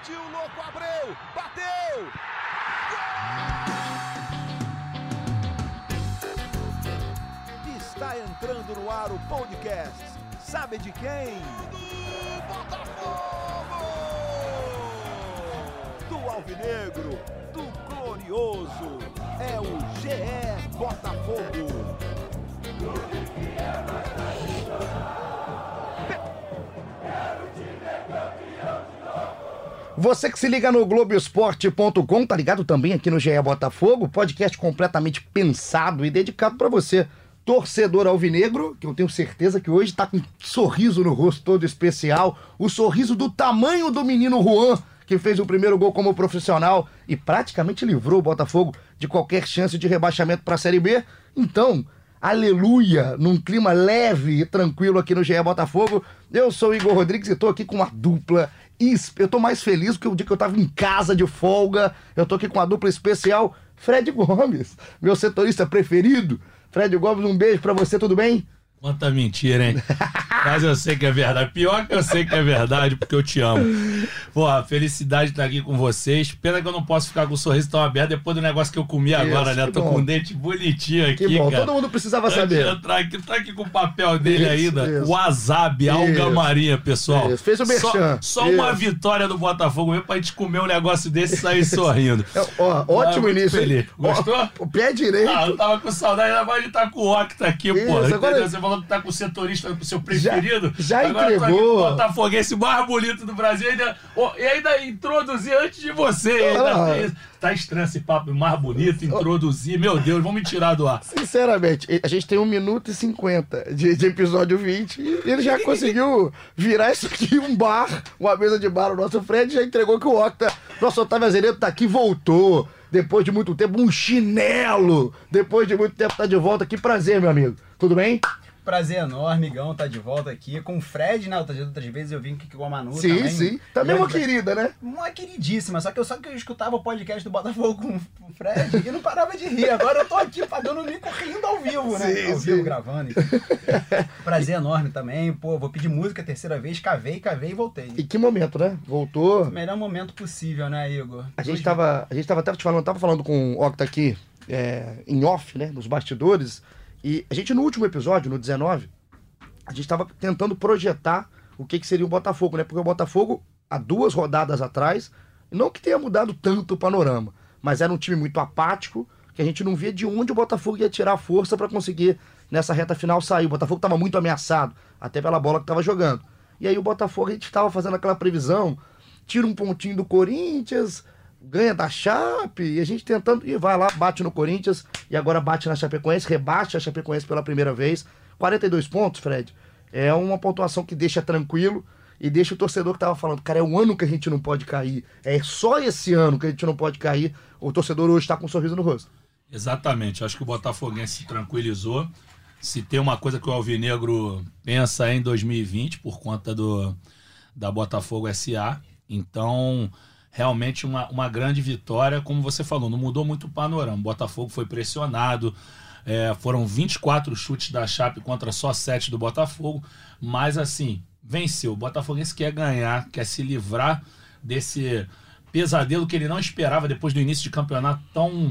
Partiu, louco, Abreu, bateu! Gol! Está entrando no ar o podcast. Sabe de quem? Do Botafogo! Do Alvinegro, do Glorioso. É o GE Botafogo. Você que se liga no Globoesporte.com, tá ligado também aqui no GE Botafogo, podcast completamente pensado e dedicado pra você, torcedor alvinegro, que eu tenho certeza que hoje tá com um sorriso no rosto todo especial, o sorriso do tamanho do menino Juan, que fez o primeiro gol como profissional e praticamente livrou o Botafogo de qualquer chance de rebaixamento pra Série B. Então, aleluia, num clima leve e tranquilo aqui no GE Botafogo. Eu sou o Igor Rodrigues e tô aqui com uma dupla. Eu tô mais feliz do que o dia que eu tava em casa de folga. Eu tô aqui com uma dupla especial, Fred Gomes, meu setorista preferido. Fred Gomes, um beijo pra você, tudo bem? Quanta mentira, hein? Mas eu sei que é verdade. Pior que eu sei que é verdade, porque eu te amo. Pô, a felicidade de estar aqui com vocês. Pena que eu não posso ficar com o sorriso tão aberto depois do negócio que eu comi agora, né? Tô com um dente bonitinho aqui, que bom. Cara. Todo mundo precisava saber. Tá aqui com o papel dele ainda. Wasabi, alga marinha, pessoal. Isso. Fez o merchan. Só uma vitória do Botafogo mesmo pra gente comer um negócio desse e sair sorrindo. Ótimo início. Feliz. Gostou? O pé direito. Eu tava com saudade, ainda mais de estar com o Octa aqui, pô. Agora... Você falou que tá com o setorista, o seu preferido. Já agora entregou. O Botafoguense mais bonito do Brasil. E ainda introduzir antes de você. Tá estranho esse papo, mais bonito, introduzir. Meu Deus, vamos me tirar do ar. Sinceramente, a gente tem 1 minuto e 50 de episódio 20 e ele já conseguiu virar isso aqui um bar, uma mesa de bar. O nosso Fred já entregou que o Octa, nosso Otávio Azeredo tá aqui, voltou. Depois de muito tempo, um chinelo. Depois de muito tempo, tá de volta. Que prazer, meu amigo. Tudo bem? Prazer enorme, Igão, tá de volta aqui com o Fred, né? Outras vezes eu vim aqui com a Manu sim, também. Sim, também uma querida, né? Uma queridíssima, só que eu escutava o podcast do Botafogo com o Fred e não parava de rir. Agora eu tô aqui pagando o mico rindo ao vivo, né? Sim, ao vivo, gravando. Prazer enorme também. Pô, vou pedir música a terceira vez, cavei e voltei. E que momento, né? Voltou. Melhor momento possível, né, Igor? A gente tava até te falando, tava falando com o Octa aqui, em off, né? Nos bastidores. E a gente no último episódio, no 19... a gente estava tentando projetar o que seria o Botafogo, né? Porque o Botafogo, há 2 rodadas atrás, não que tenha mudado tanto o panorama, mas era um time muito apático, que a gente não via de onde o Botafogo ia tirar a força para conseguir, nessa reta final, sair. O Botafogo estava muito ameaçado, até pela bola que estava jogando. E aí o Botafogo, a gente estava fazendo aquela previsão, tira um pontinho do Corinthians, ganha da Chape, e a gente tentando, e vai lá, bate no Corinthians, e agora bate na Chapecoense, rebate a Chapecoense pela primeira vez. 42 pontos, Fred, é uma pontuação que deixa tranquilo e deixa o torcedor que tava falando, cara, é um ano que a gente não pode cair, é só esse ano que a gente não pode cair. O torcedor hoje tá com um sorriso no rosto. Exatamente, acho que o Botafoguense se tranquilizou. Se tem uma coisa que o Alvinegro pensa em 2020 por conta da Botafogo SA, então realmente uma grande vitória, como você falou, não mudou muito o panorama. O Botafogo foi pressionado, foram 24 chutes da Chape contra só 7 do Botafogo, mas assim, venceu. O Botafoguense quer ganhar, quer se livrar desse pesadelo que ele não esperava depois do início de campeonato tão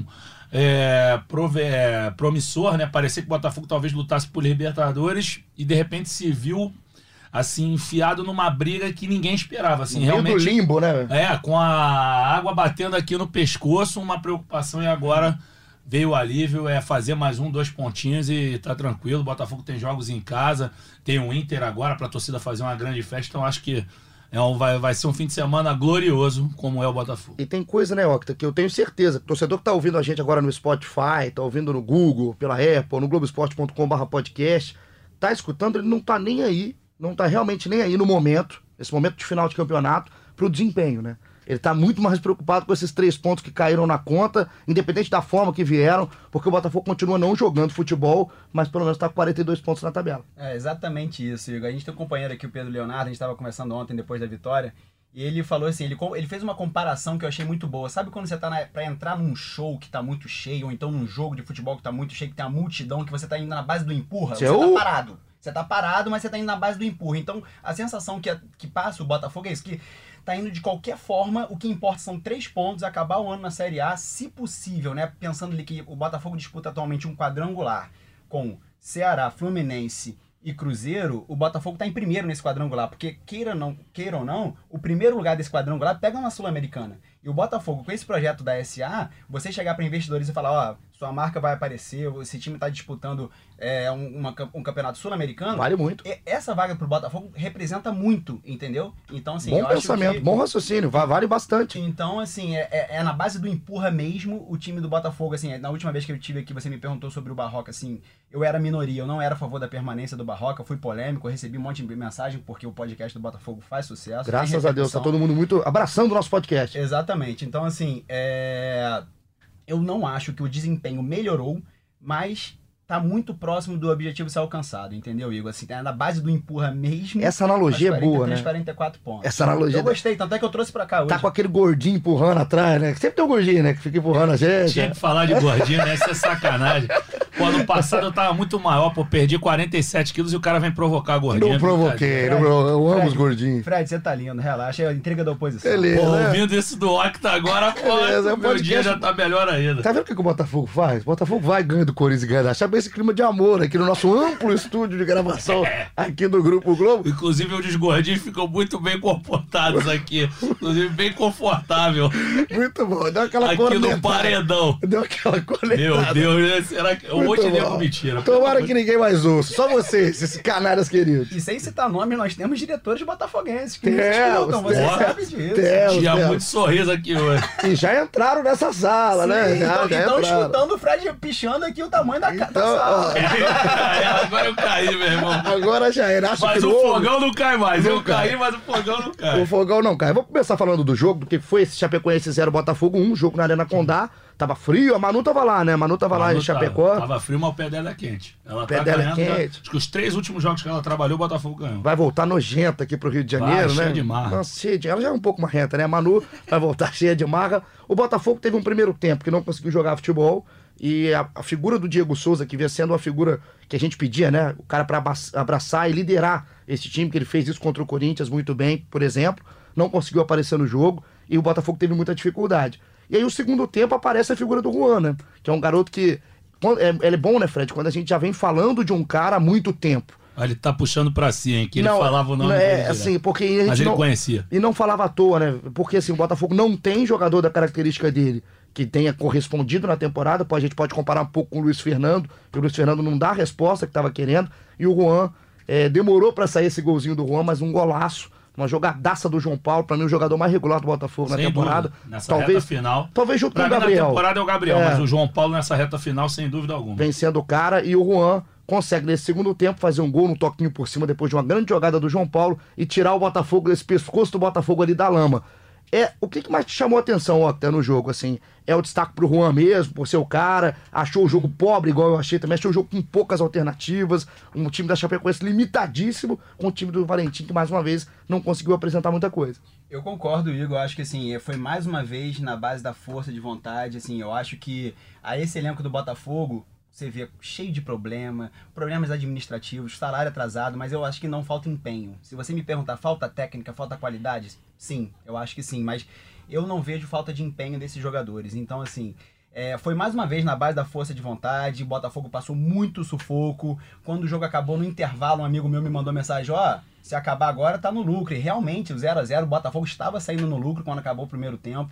promissor, né? Parecia que o Botafogo talvez lutasse por Libertadores e de repente se viu assim, enfiado numa briga que ninguém esperava, assim, no realmente. Do limbo, né? Com a água batendo aqui no pescoço, uma preocupação, e agora veio o alívio, fazer mais 2 pontinhos e tá tranquilo. O Botafogo tem jogos em casa, tem o Inter agora pra torcida fazer uma grande festa, então acho que vai ser um fim de semana glorioso, como é o Botafogo. E tem coisa, né, Octa, que eu tenho certeza, que o torcedor que tá ouvindo a gente agora no Spotify, tá ouvindo no Google, pela Apple, no Globoesporte.com/podcast, tá escutando, ele não tá nem aí, não tá realmente nem aí no momento, esse momento de final de campeonato, pro desempenho, né? Ele tá muito mais preocupado com esses 3 pontos que caíram na conta, independente da forma que vieram, porque o Botafogo continua não jogando futebol, mas pelo menos tá com 42 pontos na tabela. É exatamente isso, Igor. A gente tem um companheiro aqui, o Pedro Leonardo, a gente tava conversando ontem depois da vitória, e ele falou assim, ele fez uma comparação que eu achei muito boa. Sabe quando você tá pra entrar num show que tá muito cheio, ou então num jogo de futebol que tá muito cheio, que tem uma multidão, que você tá indo na base do empurra, você tá parado. Você tá parado, mas você tá indo na base do empurra. Então, a sensação que passa o Botafogo é isso, que tá indo de qualquer forma, o que importa são 3 pontos, acabar o ano na Série A, se possível, né? Pensando ali que o Botafogo disputa atualmente um quadrangular com Ceará, Fluminense e Cruzeiro, o Botafogo tá em primeiro nesse quadrangular, porque queira ou não, o primeiro lugar desse quadrangular pega uma Sul-Americana. E o Botafogo, com esse projeto da SA, você chegar para investidores e falar, ó, sua marca vai aparecer, esse time tá disputando um campeonato sul-americano. Vale muito. Essa vaga pro Botafogo representa muito, entendeu? Então, assim, bom eu pensamento, acho que... bom raciocínio, vale bastante. Então, assim, é na base do empurra mesmo o time do Botafogo, assim, na última vez que eu tive aqui, você me perguntou sobre o Barroca, assim, eu era minoria, eu não era a favor da permanência do Barroca, fui polêmico, eu recebi um monte de mensagem, porque o podcast do Botafogo faz sucesso. Graças a Deus, tá todo mundo muito abraçando o nosso podcast. Exatamente, então, assim, eu não acho que o desempenho melhorou, mas tá muito próximo do objetivo ser alcançado, entendeu, Igor? Assim, é na base do empurra mesmo. Essa analogia é boa, né? 44 pontos. Essa analogia... Eu gostei, tanto é que eu trouxe pra cá hoje. Tá com aquele gordinho empurrando atrás, né? Sempre tem um gordinho, né? Que fica empurrando a gente. Tinha que falar de gordinho, né? Isso é sacanagem. Pô, ano passado eu tava muito maior, pô, perdi 47 quilos e o cara vem provocar gordinho. Não provoquei, eu amo os gordinhos. Fred, você tá lindo, relaxa, é a intriga da oposição. Beleza. Pô, ouvindo isso do Octa agora, pô, Beleza, meu dia já tá melhor ainda. Tá vendo o que o Botafogo faz? O Botafogo vai ganhando do Corinthians e ganha. Achava esse clima de amor aqui no nosso amplo estúdio de gravação aqui do Grupo Globo. Inclusive, os gordinhos ficam muito bem comportados aqui. Inclusive, bem confortável. Muito bom. Deu aquela aqui no paredão. Deu aquela conectada. Meu Deus, né? Será que... Um monte de nego mentira. Tomara que ninguém mais ouça. Só vocês, esses canalhas queridos. E sem citar nome, nós temos diretores botafoguenses que escutam, você sabe disso. Tinha muito sorriso aqui hoje. E já entraram nessa sala, sim, né? Então escutando o Fred pichando aqui o tamanho da sala. Agora eu caí, meu irmão. Agora já era. Mas o fogão não cai mais. Eu caí, mas o fogão não cai. O fogão não cai. Vamos começar falando do jogo, porque foi esse Chapecoense 0 Botafogo 1, jogo na Arena Condá. Tava frio, a Manu tava lá, né? A Manu tava lá em Chapecó. Tava frio, mas o pé dela é quente. Ela tá ganhando. Acho que os 3 últimos jogos que ela trabalhou, o Botafogo ganhou. Vai voltar nojenta aqui pro Rio de Janeiro, né? Cheia de marra. Nossa, ela já é um pouco marrenta, né? A Manu vai voltar cheia de marra. O Botafogo teve um primeiro tempo que não conseguiu jogar futebol. E a figura do Diego Souza, que vinha sendo uma figura que a gente pedia, né? O cara pra abraçar e liderar esse time, que ele fez isso contra o Corinthians muito bem, por exemplo. Não conseguiu aparecer no jogo. E o Botafogo teve muita dificuldade. E aí, o segundo tempo, aparece a figura do Juan, né? Que é um garoto que... Ele é bom, né, Fred? Quando a gente já vem falando de um cara há muito tempo. Ele tá puxando pra si, hein? Que ele falava o nome dele. Assim, porque a gente mas ele conhecia. E não falava à toa, né? Porque, assim, o Botafogo não tem jogador da característica dele que tenha correspondido na temporada. A gente pode comparar um pouco com o Luiz Fernando, que o Luiz Fernando não dá a resposta que estava querendo. E o Juan demorou pra sair esse golzinho do Juan, mas um golaço. Uma jogadaça do João Paulo, pra mim o jogador mais regular do Botafogo na temporada. Nessa reta final. Talvez junto com o Gabriel. Na temporada é o Gabriel, mas o João Paulo nessa reta final, sem dúvida alguma. Vencendo o cara, e o Juan consegue nesse segundo tempo fazer um gol no toquinho por cima depois de uma grande jogada do João Paulo e tirar o Botafogo desse pescoço do Botafogo ali da lama. O que mais te chamou a atenção, Octa, no jogo, assim? É o destaque pro Juan mesmo, por ser o cara, achou o jogo pobre, igual eu achei também, achou o jogo com poucas alternativas, um time da Chapecoense limitadíssimo, com o time do Valentim, que mais uma vez não conseguiu apresentar muita coisa. Eu concordo, Igor, eu acho que assim, foi mais uma vez na base da força de vontade, assim, eu acho que esse elenco do Botafogo, você vê cheio de problemas administrativos, salário atrasado, mas eu acho que não falta empenho. Se você me perguntar, falta técnica, falta qualidade? Sim, eu acho que sim, mas eu não vejo falta de empenho desses jogadores. Então, assim, foi mais uma vez na base da força de vontade, o Botafogo passou muito sufoco. Quando o jogo acabou, no intervalo, um amigo meu me mandou mensagem, se acabar agora tá no lucro. E realmente, o 0-0, o Botafogo estava saindo no lucro quando acabou o primeiro tempo.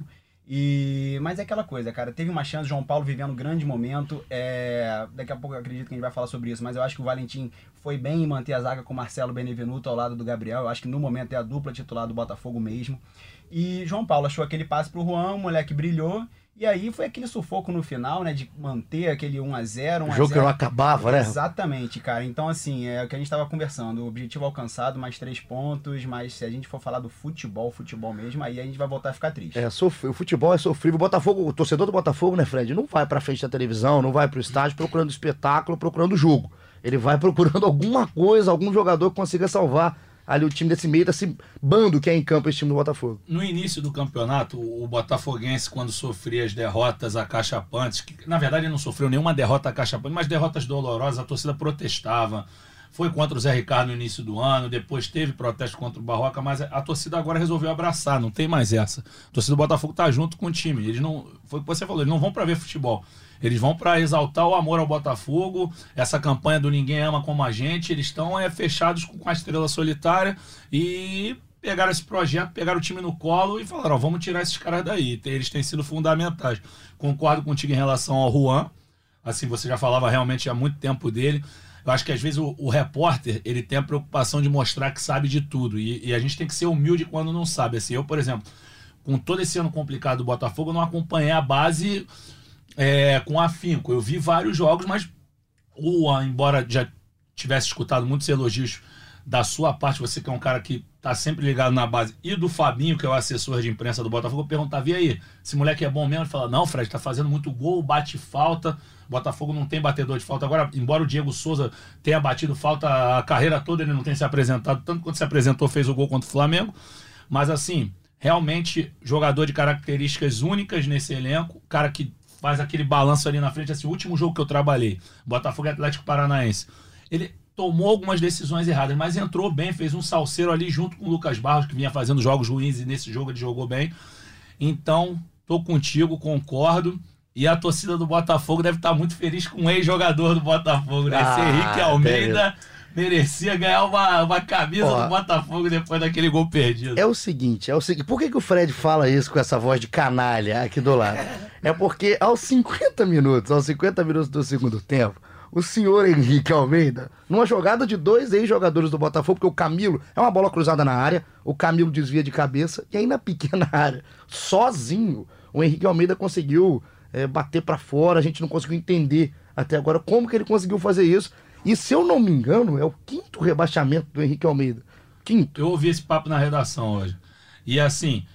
Mas é aquela coisa, cara, teve uma chance, João Paulo vivendo um grande momento, daqui a pouco eu acredito que a gente vai falar sobre isso, mas eu acho que o Valentim foi bem em manter a zaga com o Marcelo Benevenuto ao lado do Gabriel, eu acho que no momento é a dupla titular do Botafogo mesmo, e João Paulo achou aquele passe pro Juan, o moleque brilhou, e aí foi aquele sufoco no final, né, de manter aquele 1-0, 1-0. O jogo que não acabava, né? Exatamente, cara. Então, assim, é o que a gente estava conversando. O objetivo alcançado, mais 3 pontos, mas se a gente for falar do futebol mesmo, aí a gente vai voltar a ficar triste. O futebol é sofrível. O Botafogo, o torcedor do Botafogo, né, Fred, não vai pra frente da televisão, não vai pro estádio procurando espetáculo, procurando jogo. Ele vai procurando alguma coisa, algum jogador que consiga salvar ali o time desse meio, desse bando que é em campo esse time do Botafogo. No início do campeonato, o botafoguense, quando sofria as derrotas acachapantes, que na verdade ele não sofreu nenhuma derrota acachapante, mas derrotas dolorosas, a torcida protestava, Foi contra o Zé Ricardo no início do ano, depois teve protesto contra o Barroca, mas a torcida agora resolveu abraçar, não tem mais essa. A torcida do Botafogo tá junto com o time. Eles não, foi o que você falou, eles não vão para ver futebol. Eles vão para exaltar o amor ao Botafogo, essa campanha do Ninguém Ama Como a Gente. Eles estão fechados com a Estrela Solitária e pegaram esse projeto, pegaram o time no colo e falaram, vamos tirar esses caras daí. Eles têm sido fundamentais. Concordo contigo em relação ao Juan. Assim, você já falava realmente há muito tempo dele. Eu acho que às vezes o repórter, ele tem a preocupação de mostrar que sabe de tudo. E a gente tem que ser humilde quando não sabe. Assim, eu, por exemplo, com todo esse ano complicado do Botafogo, eu não acompanhei a base com afinco. Eu vi vários jogos, mas embora já tivesse escutado muitos elogios da sua parte, você que é um cara que tá sempre ligado na base, e do Fabinho, que é o assessor de imprensa do Botafogo, eu perguntava, e aí, esse moleque é bom mesmo? Ele fala, não, Fred, tá fazendo muito gol, bate falta, Botafogo não tem batedor de falta. Agora, embora o Diego Souza tenha batido falta a carreira toda, ele não tem se apresentado, tanto quanto se apresentou, fez o gol contra o Flamengo, mas assim, realmente, jogador de características únicas nesse elenco, cara que faz aquele balanço ali na frente, assim, o último jogo que eu trabalhei, Botafogo e Atlético Paranaense, ele tomou algumas decisões erradas, mas entrou bem, fez um salseiro ali junto com o Lucas Barros, que vinha fazendo jogos ruins e nesse jogo ele jogou bem. Então, tô contigo, concordo. E a torcida do Botafogo deve estar muito feliz com o ex-jogador do Botafogo, né? Esse Henrique Almeida merecia ganhar uma camisa do Botafogo depois daquele gol perdido. É o seguinte, por que o Fred fala isso com essa voz de canalha aqui do lado? É porque aos 50 minutos do segundo tempo, o senhor Henrique Almeida, numa jogada de dois ex-jogadores do Botafogo, porque o Camilo, é uma bola cruzada na área, o Camilo desvia de cabeça, e aí na pequena área, sozinho, o Henrique Almeida conseguiu bater pra fora, a gente não conseguiu entender até agora como que ele conseguiu fazer isso, e se eu não me engano, é o 5º rebaixamento do Henrique Almeida. 5º. Eu ouvi esse papo na redação hoje. E assim,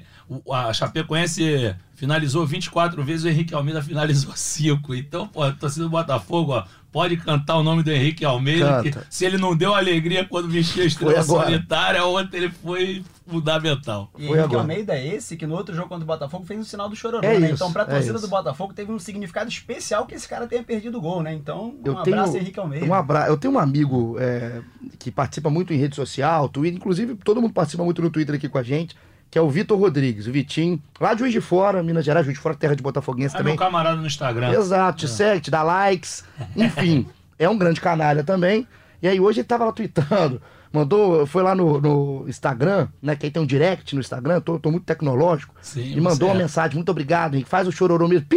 a Chapecoense finalizou 24 vezes, o Henrique Almeida finalizou 5. Então, pô, a torcida do Botafogo, pode cantar o nome do Henrique Almeida, que se ele não deu alegria quando vestia a Estrela Solitária, ontem ele foi fundamental. E Henrique Almeida é esse que no outro jogo contra o Botafogo fez o sinal do chororô, né? Então, pra torcida do Botafogo, teve um significado especial que esse cara tenha perdido o gol, né? Então, abraço, Henrique Almeida. Eu tenho um amigo que participa muito em rede social, Twitter, inclusive todo mundo participa muito no Twitter aqui com a gente, que é o Vitor Rodrigues, o Vitinho, lá de Juiz de Fora, Minas Gerais, Juiz de Fora, terra de botafoguense também. Meu camarada no Instagram. Exato, te segue, te dá likes, enfim, é um grande canalha também. E aí hoje ele tava lá tweetando, foi lá no Instagram, né, que aí tem um direct no Instagram, tô muito tecnológico, e mandou uma mensagem, muito obrigado, Henrique, faz o chororô mesmo,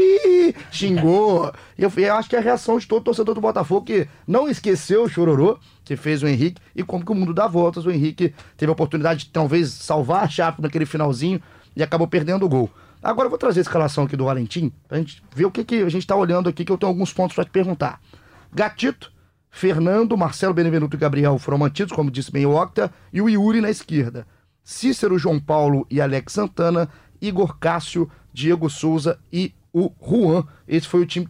xingou. E eu acho que é a reação de todo torcedor do Botafogo, que não esqueceu o chororô que fez o Henrique, e como que o mundo dá voltas, o Henrique teve a oportunidade de talvez salvar a Chape naquele finalzinho, e acabou perdendo o gol. Agora eu vou trazer a escalação aqui do Valentim, pra gente ver o que a gente tá olhando aqui, que eu tenho alguns pontos pra te perguntar. Gatito, Fernando, Marcelo Benevenuto e Gabriel foram mantidos, como disse bem o Octa, e o Yuri na esquerda. Cícero, João Paulo e Alex Santana, Igor Cássio, Diego Souza e o Juan. Esse foi o time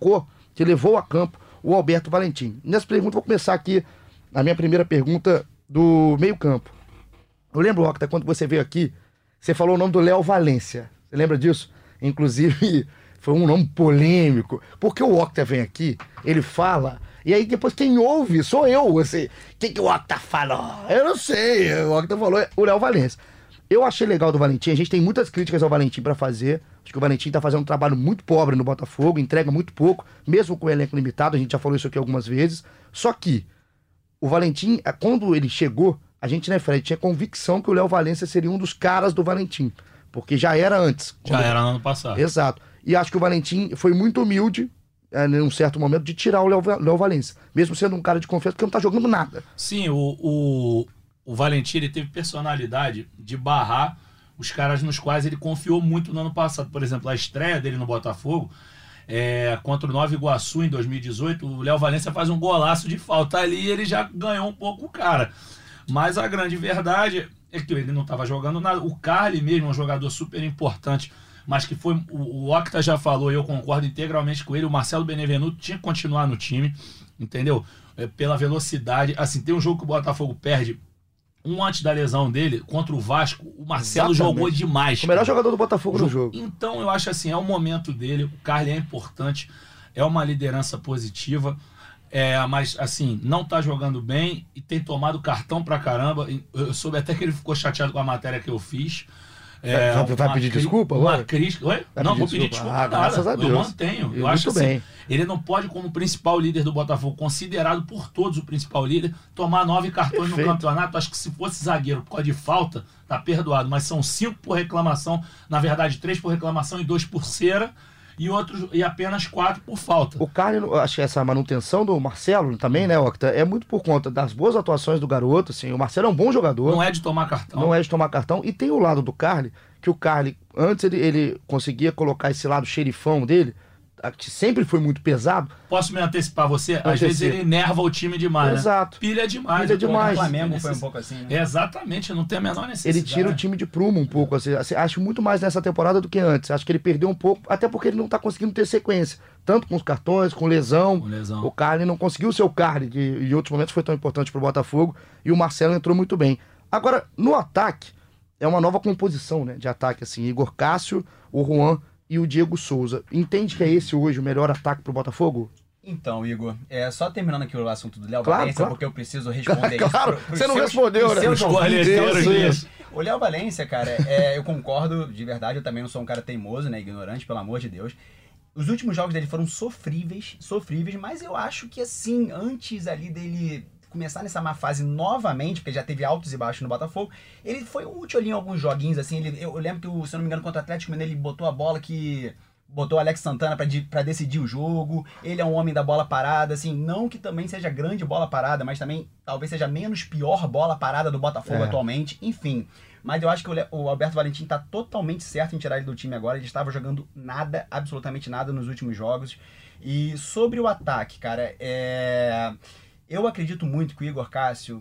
que levou a campo o Alberto Valentim. Nessa pergunta, vou começar aqui a minha primeira pergunta do meio campo. Eu lembro, Octa, quando você veio aqui, você falou o nome do Léo Valência. Você lembra disso? Inclusive, foi um nome polêmico, porque o Octa vem aqui, ele fala... E aí depois quem ouve sou eu, assim, o que o Octa falou? Eu não sei, o Octa falou o Léo Valência. Eu achei legal do Valentim, a gente tem muitas críticas ao Valentim pra fazer, acho que o Valentim tá fazendo um trabalho muito pobre no Botafogo, entrega muito pouco, mesmo com o elenco limitado, a gente já falou isso aqui algumas vezes, só que o Valentim, quando ele chegou, a gente, né, Fred, tinha convicção que o Léo Valência seria um dos caras do Valentim, porque já era antes. Já era no ano passado. Exato, e acho que o Valentim foi muito humilde, em um certo momento, de tirar o Léo Valência, mesmo sendo um cara de confiança, porque não tá jogando nada. Sim, o Valentim, ele teve personalidade de barrar os caras nos quais ele confiou muito no ano passado. Por exemplo, a estreia dele no Botafogo, contra o Nova Iguaçu em 2018, o Léo Valência faz um golaço de falta ali e ele já ganhou um pouco o cara. Mas a grande verdade é que ele não estava jogando nada. O Carly mesmo é um jogador super importante, mas que foi, o Octa já falou, e eu concordo integralmente com ele, o Marcelo Benevenuto tinha que continuar no time, entendeu? Pela velocidade, assim, tem um jogo que o Botafogo perde, antes da lesão dele, contra o Vasco, o Marcelo jogou demais. O melhor jogador do Botafogo no jogo. Então, eu acho assim, é o momento dele, o Carly é importante, é uma liderança positiva, Mas assim, não tá jogando bem e tem tomado cartão pra caramba. Eu soube até que ele ficou chateado com a matéria que eu fiz. Vai pedir desculpa agora? Oi? Não, vou pedir desculpa nada. Graças a Deus. Eu mantenho. Eu acho assim, ele não pode, como principal líder do Botafogo, considerado por todos o principal líder, tomar 9 cartões no campeonato. Acho que se fosse zagueiro por causa de falta, tá perdoado. Mas são 5 por reclamação. Na verdade, 3 por reclamação e 2 por cera. E apenas 4 por falta. O Carly, acho que essa manutenção do Marcelo também, né, Octa, é muito por conta das boas atuações do garoto, assim, o Marcelo é um bom jogador. Não é de tomar cartão. Não é de tomar cartão. E tem o lado do Carly, que o Carly, antes ele conseguia colocar esse lado xerifão dele, que sempre foi muito pesado. Posso me antecipar a você? Às vezes ele enerva o time demais, Exato. Né? Pilha demais. Pilha demais. O Flamengo foi um pouco assim, né? Exatamente, não tem a menor necessidade. Ele tira o time de prumo um pouco. Assim, acho muito mais nessa temporada do que antes. Acho que ele perdeu um pouco, até porque ele não tá conseguindo ter sequência. Tanto com os cartões, com lesão. O Carly não conseguiu o seu Carly, que em outros momentos foi tão importante pro Botafogo. E o Marcelo entrou muito bem. Agora, no ataque, é uma nova composição, né, de ataque. Assim, Igor Cássio, o Juan e o Diego Souza. Entende que é esse hoje o melhor ataque pro Botafogo? Então, Igor, só terminando aqui o assunto do Léo Valência, porque eu preciso responder claro, isso. Você não respondeu, né? O Léo Valência, cara, eu concordo de verdade, eu também não sou um cara teimoso, né, ignorante, pelo amor de Deus. Os últimos jogos dele foram sofríveis, mas eu acho que assim, antes ali dele começar nessa má fase novamente, porque já teve altos e baixos no Botafogo, ele foi útil ali em alguns joguinhos, assim, eu lembro que, se eu não me engano, contra o Atlético Mineiro, ele botou a bola que botou o Alex Santana pra decidir o jogo, ele é um homem da bola parada, assim, não que também seja grande bola parada, mas também talvez seja menos pior bola parada do Botafogo atualmente, enfim. Mas eu acho que o Alberto Valentim tá totalmente certo em tirar ele do time agora, ele estava jogando nada, absolutamente nada nos últimos jogos. E sobre o ataque, cara, eu acredito muito que o Igor Cássio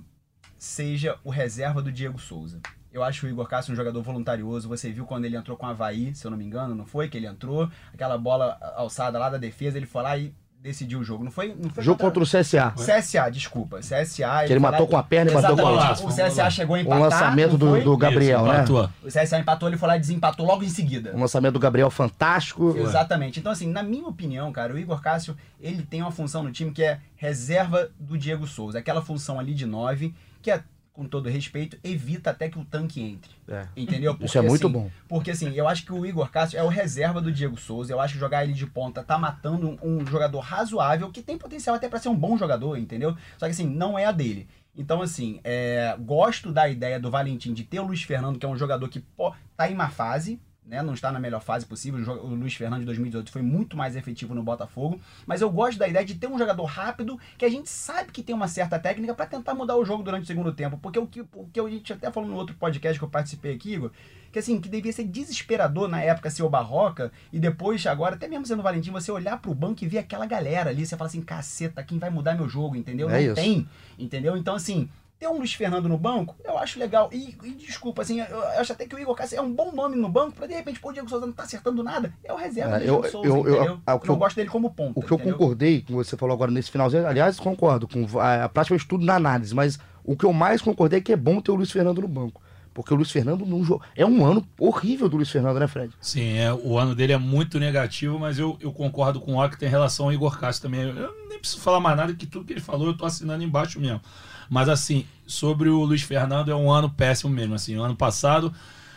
seja o reserva do Diego Souza. Eu acho o Igor Cássio um jogador voluntarioso. Você viu quando ele entrou com o Avaí, se eu não me engano, não foi? Que ele entrou, aquela bola alçada lá da defesa, ele foi lá e decidiu o jogo. Não foi jogo contra o CSA. CSA, desculpa. CSA. Que ele matou com a perna e bateu com a outra. O CSA chegou a empatar. O lançamento do Gabriel, né? O CSA empatou, ele foi lá e desempatou logo em seguida. O lançamento do Gabriel fantástico. Exatamente. Então, assim, na minha opinião, cara, o Igor Cássio, ele tem uma função no time que é reserva do Diego Souza. Aquela função ali de 9, que é, com todo respeito, evita até que o tanque entre. Entendeu? Porque, isso é muito bom. Porque, assim, eu acho que o Igor Cássio é o reserva do Diego Souza. Eu acho que jogar ele de ponta tá matando um jogador razoável, que tem potencial até pra ser um bom jogador, entendeu? Só que, assim, não é a dele. Então, assim, gosto da ideia do Valentim de ter o Luiz Fernando, que é um jogador que tá em má fase, né, não está na melhor fase possível. O Luiz Fernando de 2018 foi muito mais efetivo no Botafogo, mas eu gosto da ideia de ter um jogador rápido, que a gente sabe que tem uma certa técnica para tentar mudar o jogo durante o segundo tempo, porque o que a gente até falou no outro podcast que eu participei aqui, Igor, que assim, que devia ser desesperador na época ser o Barroca, e depois, agora, até mesmo sendo o Valentim, você olhar pro banco e ver aquela galera ali, você fala assim, caceta, quem vai mudar meu jogo, entendeu? Não tem, entendeu? Então, assim, ter um Luiz Fernando no banco, eu acho legal. E desculpa, assim, eu acho até que o Igor Cássio é um bom nome no banco, pra de repente, o Diego Souza não tá acertando nada. É o reserva do Diego Souza, entendeu? Eu não gosto dele como ponta. O que eu concordei com você falou agora nesse finalzinho, aliás, concordo com praticamente tudo na análise, mas o que eu mais concordei é que é bom ter o Luiz Fernando no banco. Porque o Luiz Fernando não joga. É um ano horrível do Luiz Fernando, né, Fred? Sim, o ano dele é muito negativo, mas eu concordo com o que tem relação ao Igor Cássio também. Eu nem preciso falar mais nada, que tudo que ele falou eu tô assinando embaixo mesmo. Mas assim, sobre o Luiz Fernando, é um ano péssimo mesmo. Assim, o ano passado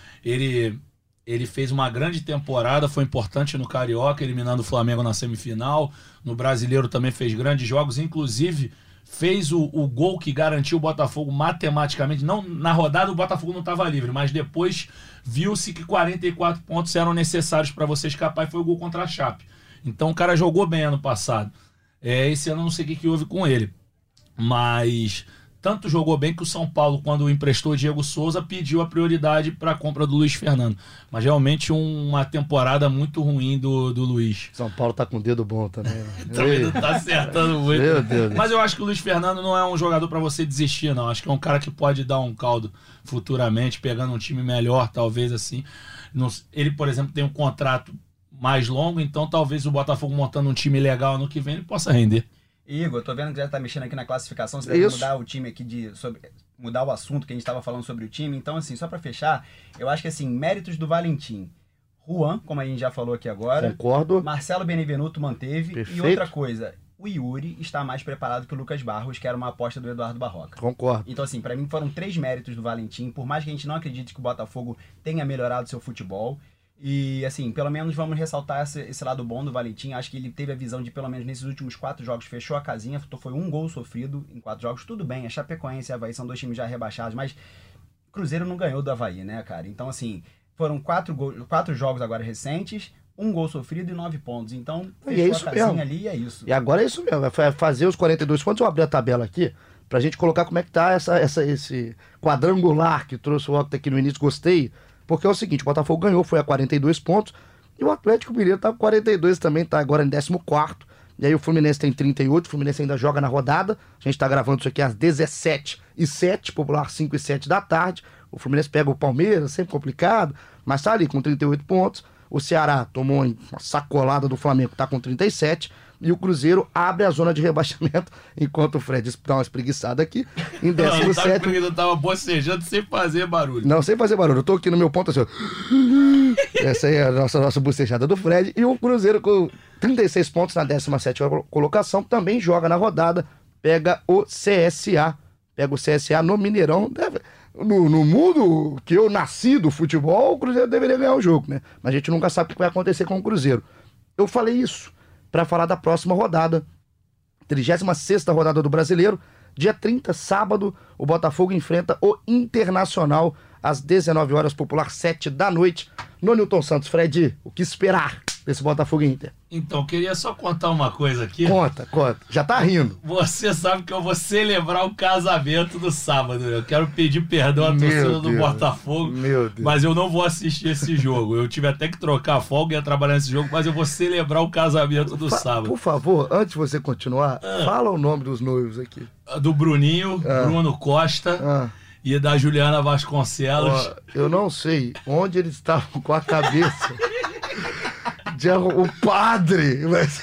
ele fez uma grande temporada, foi importante no Carioca, eliminando o Flamengo na semifinal. No Brasileiro também fez grandes jogos, inclusive fez o gol que garantiu o Botafogo matematicamente. Não, na rodada o Botafogo não estava livre, mas depois viu-se que 44 pontos eram necessários para você escapar, e foi o gol contra a Chape. Então o cara jogou bem ano passado. Esse ano eu não sei o que houve com ele, mas tanto jogou bem que o São Paulo, quando emprestou o Diego Souza, pediu a prioridade para a compra do Luiz Fernando. Mas realmente uma temporada muito ruim do Luiz. São Paulo tá com o dedo bom também. Também não tá acertando muito. Meu Deus. Mas eu acho que o Luiz Fernando não é um jogador para você desistir, não. Acho que é um cara que pode dar um caldo futuramente, pegando um time melhor, talvez assim. Ele, por exemplo, tem um contrato mais longo, então talvez o Botafogo montando um time legal ano que vem ele possa render. Igor, tô vendo que já tá mexendo aqui na classificação, você deve mudar o time aqui mudar o assunto que a gente estava falando sobre o time. Então, assim, só para fechar, eu acho que, assim, méritos do Valentim. Juan, como a gente já falou aqui agora. Concordo. Marcelo Benevenuto manteve. Perfeito. E outra coisa, o Yuri está mais preparado que o Lucas Barros, que era uma aposta do Eduardo Barroca. Concordo. Então, assim, pra mim foram 3 méritos do Valentim, por mais que a gente não acredite que o Botafogo tenha melhorado seu futebol. E, assim, pelo menos vamos ressaltar esse lado bom do Valentim. Acho que ele teve a visão de, pelo menos nesses últimos 4 jogos, fechou a casinha. Foi 1 gol sofrido em 4 jogos. Tudo bem, a Chapecoense e a Avaí são 2 times já rebaixados, mas o Cruzeiro não ganhou do Avaí, né, cara? Então, assim, foram 4 jogos agora recentes, 1 gol sofrido e 9 pontos. Então, fechou a casinha mesmo. Ali e é isso. E agora é isso mesmo, é fazer os 42 pontos. Eu abri a tabela aqui pra gente colocar como é que tá esse quadrangular que trouxe o Octa aqui no início. Gostei. Porque é o seguinte, o Botafogo ganhou, foi a 42 pontos, e o Atlético Mineiro tá com 42 também, tá agora em 14º, e aí o Fluminense tem 38, o Fluminense ainda joga na rodada, a gente tá gravando isso aqui às 17h07, popular 5h07 da tarde, o Fluminense pega o Palmeiras, sempre complicado, mas tá ali com 38 pontos, o Ceará tomou uma sacolada do Flamengo, tá com 37, e o Cruzeiro abre a zona de rebaixamento, enquanto o Fred dá uma espreguiçada aqui, em 17º. Eu tava bocejando sem fazer barulho. Não, sem fazer barulho. Eu tô aqui no meu ponto assim, ó. Essa aí é a nossa bocejada do Fred. E o Cruzeiro com 36 pontos na 17ª colocação, também joga na rodada, pega o CSA. Pega o CSA no Mineirão. No mundo que eu nasci do futebol, o Cruzeiro deveria ganhar o jogo, né? Mas a gente nunca sabe o que vai acontecer com o Cruzeiro. Eu falei isso para falar da próxima rodada, 36ª rodada do Brasileiro. Dia 30, sábado, o Botafogo enfrenta o Internacional às 19 horas, popular 7 da noite, no Newton Santos. Fred, o que esperar desse Botafogo Inter? Então, queria só contar uma coisa aqui. Conta. Já tá rindo. Você sabe que eu vou celebrar o casamento do sábado. Eu quero pedir perdão à torcida do Botafogo, mas eu não vou assistir esse jogo. Eu tive até que trocar a folga e ia trabalhar nesse jogo, mas eu vou celebrar o casamento do sábado. Por favor, antes de você continuar, fala o nome dos noivos aqui. Do Bruninho, Bruno Costa e da Juliana Vasconcelos. Eu não sei onde eles estavam com a cabeça. O padre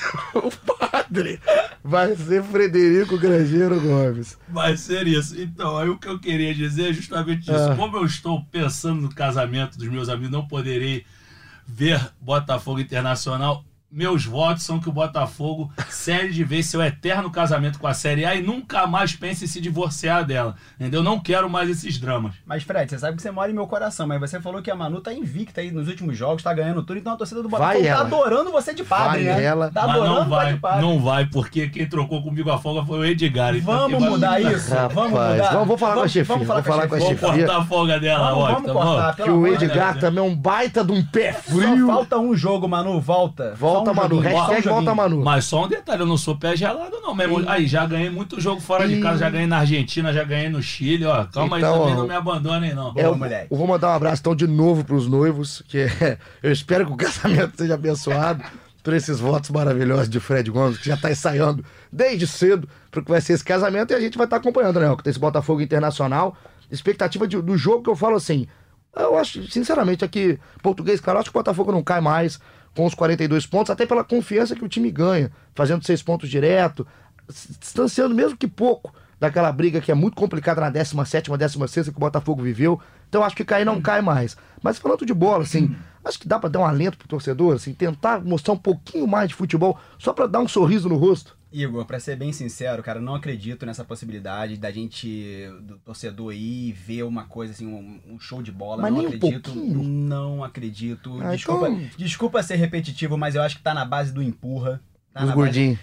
vai ser Frederico Grangeiro Gomes. Vai ser isso. Então, aí o que eu queria dizer é justamente isso. Como eu estou pensando no casamento dos meus amigos, não poderei ver Botafogo Internacional. Meus votos são que o Botafogo cede de vez seu eterno casamento com a Série A e nunca mais pense em se divorciar dela. Entendeu? Eu não quero mais esses dramas. Mas, Fred, você sabe que você mora em meu coração, mas você falou que a Manu tá invicta aí nos últimos jogos, tá ganhando tudo, então a torcida do Botafogo tá adorando você de padre, né? Ela. Tá adorando você de padre. Não vai, porque quem trocou comigo a folga foi o Edgar. Então vamos mudar isso? Vamos mudar. Vamos falar com a chefia. Vamos cortar a folga dela, vamos cortar, que o Edgar também é um baita de um pé frio. Só falta um jogo, Manu, volta. Volta, Manu. Volta, Manu. Mas só um detalhe, eu não sou pé gelado, não. Mesmo. Aí, já ganhei muito jogo fora de casa, já ganhei na Argentina, já ganhei no Chile, ó. Calma então, aí, também não me abandonem, não. Eu vou mandar um abraço, então, de novo pros noivos, que eu espero que o casamento seja abençoado por esses votos maravilhosos de Fred Gomes, que já tá ensaiando desde cedo pro que vai ser esse casamento, e a gente vai estar acompanhando, né? Esse Botafogo Internacional. Expectativa do jogo, que eu falo assim, eu acho, sinceramente, aqui, português, claro, acho que o Botafogo não cai mais com os 42 pontos, até pela confiança que o time ganha, fazendo 6 pontos direto, distanciando mesmo que pouco daquela briga que é muito complicada na 17ª, 16ª que o Botafogo viveu. Então acho que cair não cai mais. Mas falando de bola, assim, acho que dá pra dar um alento pro torcedor, assim, tentar mostrar um pouquinho mais de futebol, só pra dar um sorriso no rosto. Igor, pra ser bem sincero, cara, não acredito nessa possibilidade da gente, do torcedor ir ver uma coisa assim, um show de bola. Mas não nem acredito. Um não acredito. Então... Desculpa ser repetitivo, mas eu acho que tá na base do empurra. Tá os gordinhos.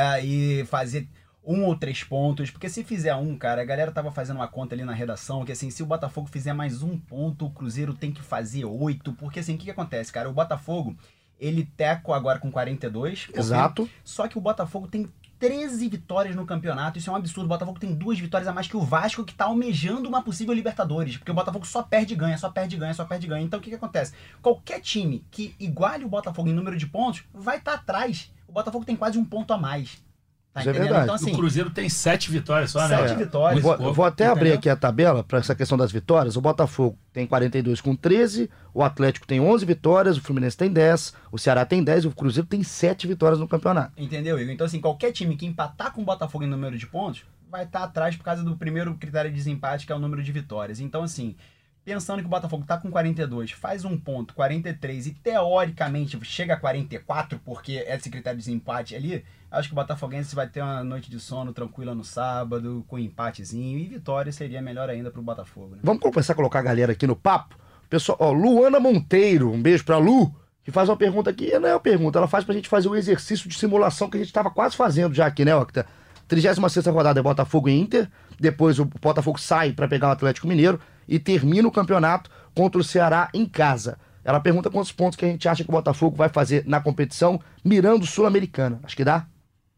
E fazer 1 ou 3 pontos, porque se fizer cara, a galera tava fazendo uma conta ali na redação, que assim, se o Botafogo fizer mais 1 ponto, o Cruzeiro tem que fazer 8, porque assim, o que acontece, cara? O Botafogo, ele teco agora com 42. Exato. Só que o Botafogo tem 13 vitórias no campeonato, isso é um absurdo. O Botafogo tem 2 vitórias a mais que o Vasco, que tá almejando uma possível Libertadores, porque o Botafogo só perde e ganha, só perde e ganha, só perde e ganha. Então o que acontece? Qualquer time que iguale o Botafogo em número de pontos, vai estar atrás. O Botafogo tem quase 1 ponto a mais. Tá isso entendendo? É verdade. Então, assim, o Cruzeiro tem 7 vitórias só, 7 vitórias. Vou até abrir aqui a tabela para essa questão das vitórias. O Botafogo tem 42 com 13, o Atlético tem 11 vitórias, o Fluminense tem 10, o Ceará tem 10 e o Cruzeiro tem 7 vitórias no campeonato. Entendeu, Igor? Então, assim, qualquer time que empatar com o Botafogo em número de pontos vai estar atrás por causa do primeiro critério de desempate, que é o número de vitórias. Então, assim, pensando que o Botafogo tá com 42, faz um ponto, 43 e teoricamente chega a 44, porque esse critério de empate ali, acho que o Botafoguense vai ter uma noite de sono tranquila no sábado, com empatezinho, e vitória seria melhor ainda pro Botafogo, né? Vamos começar a colocar a galera aqui no papo. Pessoal, ó, Luana Monteiro, um beijo pra Lu, que faz uma pergunta aqui, não é uma pergunta, ela faz pra gente fazer o exercício de simulação que a gente tava quase fazendo já aqui, né, Octa? 36ª rodada é Botafogo e Inter, depois o Botafogo sai pra pegar o Atlético Mineiro e termina o campeonato contra o Ceará em casa. Ela pergunta quantos pontos que a gente acha que o Botafogo vai fazer na competição, mirando Sul-Americana. Acho que dá?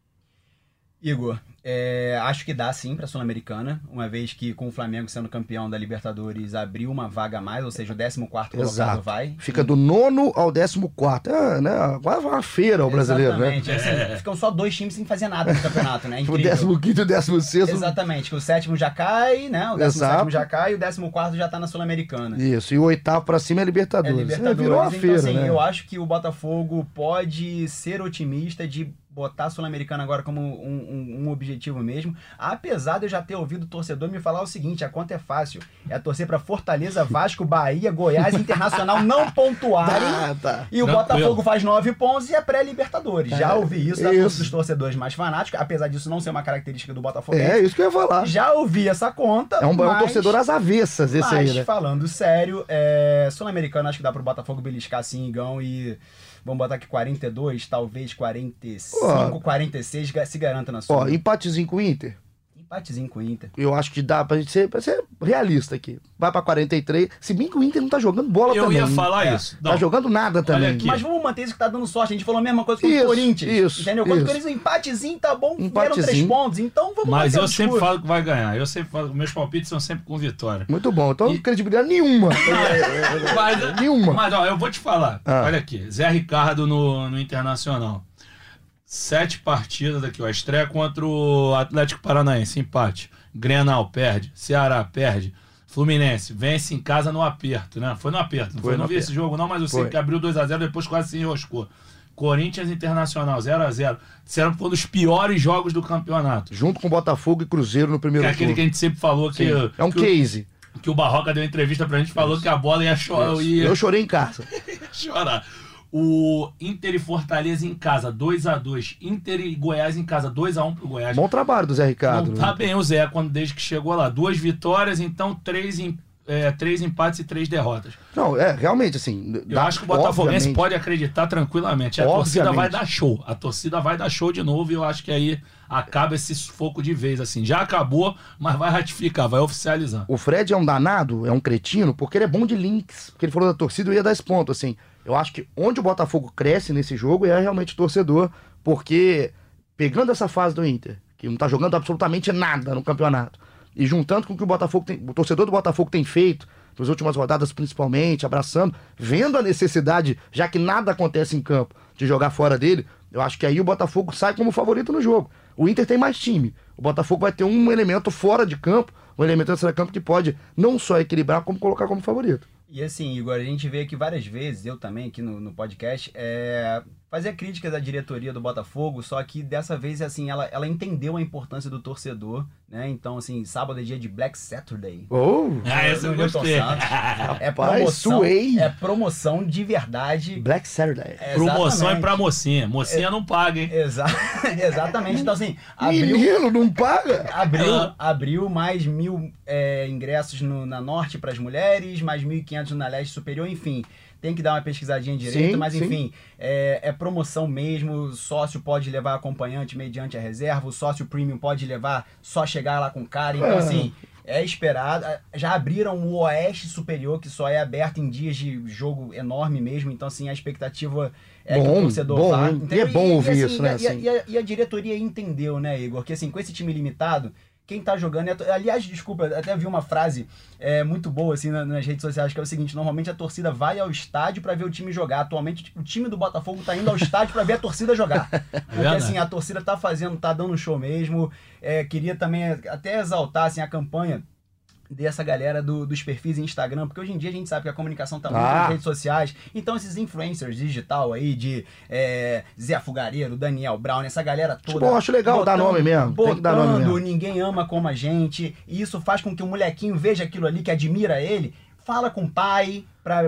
Igor, acho que dá sim para a Sul-Americana, uma vez que com o Flamengo sendo campeão da Libertadores abriu uma vaga a mais, ou seja, o 14º colocado vai. Fica do 9º ao 14º, né? Agora vai uma feira o brasileiro, né? Exatamente, ficam só 2 times sem fazer nada no campeonato, né? O 15º e o 16º. Exatamente, que o 7º já cai, né? O 17º já cai e o 14º já tá na Sul-Americana. Isso, e o 8º pra cima é Libertadores. Virou uma feira, então, assim, né? eu acho que o Botafogo pode ser otimista de botar a Sul-Americana agora como um objetivo mesmo, apesar de eu já ter ouvido o torcedor me falar o seguinte, a conta é fácil, é torcer pra Fortaleza, Vasco, Bahia, Goiás, Internacional não pontuarem, e o Botafogo faz 9 pontos e é pré-Libertadores. Já ouvi isso dos torcedores mais fanáticos, apesar disso não ser uma característica do Botafogo. É isso que eu ia falar. Já ouvi essa conta, é um torcedor às avessas esse aí, né? Mas falando sério, Sul-Americana acho que dá pro Botafogo beliscar sim, Igão, e vamos botar aqui 42, talvez 45, 46, se garanta na sua. Ó, empatezinho com o Inter. Empatezinho com o Inter. Eu acho que dá pra gente ser realista aqui. Vai pra 43, se bem que o Inter não tá jogando bola também. Eu ia falar isso. Não. Tá jogando nada também. Aqui. Mas vamos manter isso que tá dando sorte. A gente falou a mesma coisa com o Corinthians. Entendeu? Quando o Corinthians, empatezinho tá bom, vieram 3 pontos. Então vamos Mas eu sempre falo que vai ganhar. Eu sempre falo, meus palpites são sempre com vitória. Muito bom. Então, credibilidade nenhuma. Nenhuma. Mas, ó, eu vou te falar. Olha aqui. Zé Ricardo no Internacional. 7 partidas aqui, ó. Estreia contra o Atlético Paranaense, empate. Grenal, perde. Ceará, perde. Fluminense, vence em casa no aperto, né? Foi no aperto, não vi esse jogo não, mas eu sei que abriu 2-0, depois quase se enroscou. Corinthians Internacional, 0-0. Disseram que foi um dos piores jogos do campeonato. Junto com Botafogo e Cruzeiro no primeiro turno. É aquele que a gente sempre falou que... É um case. Que o Barroca deu entrevista pra gente, falou que a bola ia chorar. Eu chorei em casa. Chorar. O Inter e Fortaleza em casa, 2-2. Inter e Goiás em casa, 2-1 pro Goiás. Bom trabalho do Zé Ricardo. Não tá bem o Zé desde que chegou lá. 2 vitórias, então 3 empates e 3 derrotas. Não, realmente, assim... Eu acho que o Botafoguense pode acreditar tranquilamente. A torcida vai dar show. A torcida vai dar show de novo e eu acho que aí acaba esse sufoco de vez, assim. Já acabou, mas vai ratificar, vai oficializar. O Fred é um danado, é um cretino, porque ele é bom de links. Porque ele falou da torcida, eu ia dar esse ponto, assim... Eu acho que onde o Botafogo cresce nesse jogo é realmente o torcedor, porque pegando essa fase do Inter, que não tá jogando absolutamente nada no campeonato, e juntando com o que o torcedor do Botafogo tem feito, nas últimas rodadas principalmente, abraçando, vendo a necessidade, já que nada acontece em campo, de jogar fora dele, eu acho que aí o Botafogo sai como favorito no jogo. O Inter tem mais time, o Botafogo vai ter um elemento fora de campo, um elemento extra campo que pode não só equilibrar, como colocar como favorito. E assim, Igor, a gente vê aqui várias vezes, eu também aqui no podcast, fazer críticas à diretoria do Botafogo, só que dessa vez, assim, ela entendeu a importância do torcedor, né? Então, assim, sábado é dia de Black Saturday. Essa eu gostei. É promoção de verdade. Black Saturday. Promoção é pra mocinha. Mocinha não paga, hein? Exatamente. Então, assim, menino não paga? Abriu mais 1.000 ingressos na Norte para as mulheres, mais 1.500 na Leste Superior, enfim. Tem que dar uma pesquisadinha direito, mas enfim, é promoção mesmo, o sócio pode levar acompanhante mediante a reserva, o sócio premium pode levar só chegar lá com o cara, então assim, é esperado. Já abriram o Oeste Superior, que só é aberto em dias de jogo enorme mesmo, então assim, a expectativa é que o torcedor vá. E é bom ouvir isso, né? E a diretoria entendeu, né, Igor, que assim, com esse time limitado, quem tá jogando... Aliás, desculpa, até vi uma frase muito boa assim nas redes sociais, que é o seguinte: normalmente a torcida vai ao estádio pra ver o time jogar. Atualmente o time do Botafogo tá indo ao estádio pra ver a torcida jogar. Porque assim, a torcida tá dando show mesmo. Queria também até exaltar assim, a campanha dessa galera dos perfis em Instagram, porque hoje em dia a gente sabe que a comunicação tá muito nas redes sociais, então esses influencers digital aí de Zé Fugareiro, Daniel Brown, essa galera toda. Bom, acho legal dar nome mesmo. Tem que dar nome mesmo. Ninguém ama como a gente, e isso faz com que o molequinho veja aquilo ali, que admira ele, fala com o pai,